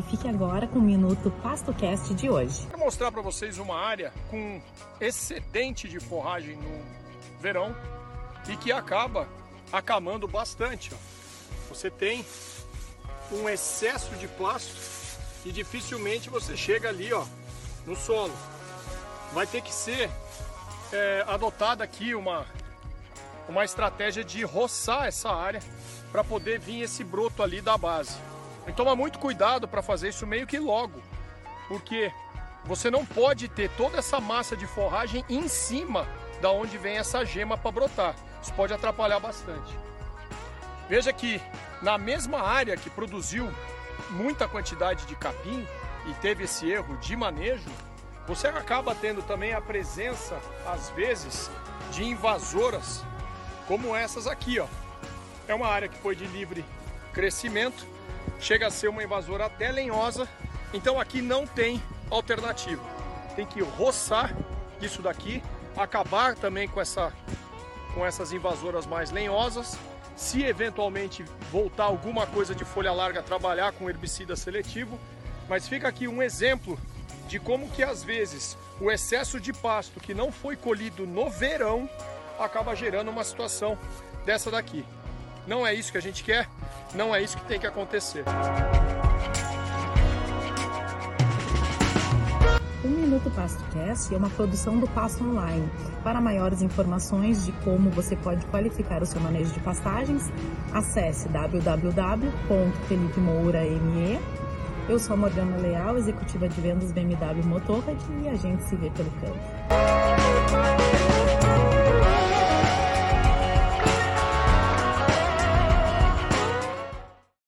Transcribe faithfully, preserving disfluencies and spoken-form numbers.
fique agora com o Minuto PastoCast de hoje. Vou mostrar para vocês uma área com excedente de forragem no verão e que acaba acamando bastante. Ó. Você tem um excesso de pasto e dificilmente você chega ali, ó, no solo. Vai ter que ser é, adotada aqui uma, uma estratégia de roçar essa área para poder vir esse broto ali da base. E toma muito cuidado para fazer isso meio que logo, porque você não pode ter toda essa massa de forragem em cima da onde vem essa gema para brotar. Isso pode atrapalhar bastante. Veja que na mesma área que produziu muita quantidade de capim e teve esse erro de manejo, você acaba tendo também a presença, às vezes, de invasoras como essas aqui, ó. É uma área que foi de livre crescimento, chega a ser uma invasora até lenhosa, então aqui não tem alternativa. Tem que roçar isso daqui, acabar também com, essa, com essas invasoras mais lenhosas. Se eventualmente voltar alguma coisa de folha larga, trabalhar com herbicida seletivo. Mas fica aqui um exemplo de como que às vezes o excesso de pasto que não foi colhido no verão acaba gerando uma situação dessa daqui. Não é isso que a gente quer, não é isso que tem que acontecer. O Minuto PastoCast é uma produção do Pasto Online. Para maiores informações de como você pode qualificar o seu manejo de pastagens, acesse w w w ponto felipe moura m e. Eu sou a Morgana Leal, executiva de vendas B M W Motorrad, e a gente se vê pelo campo.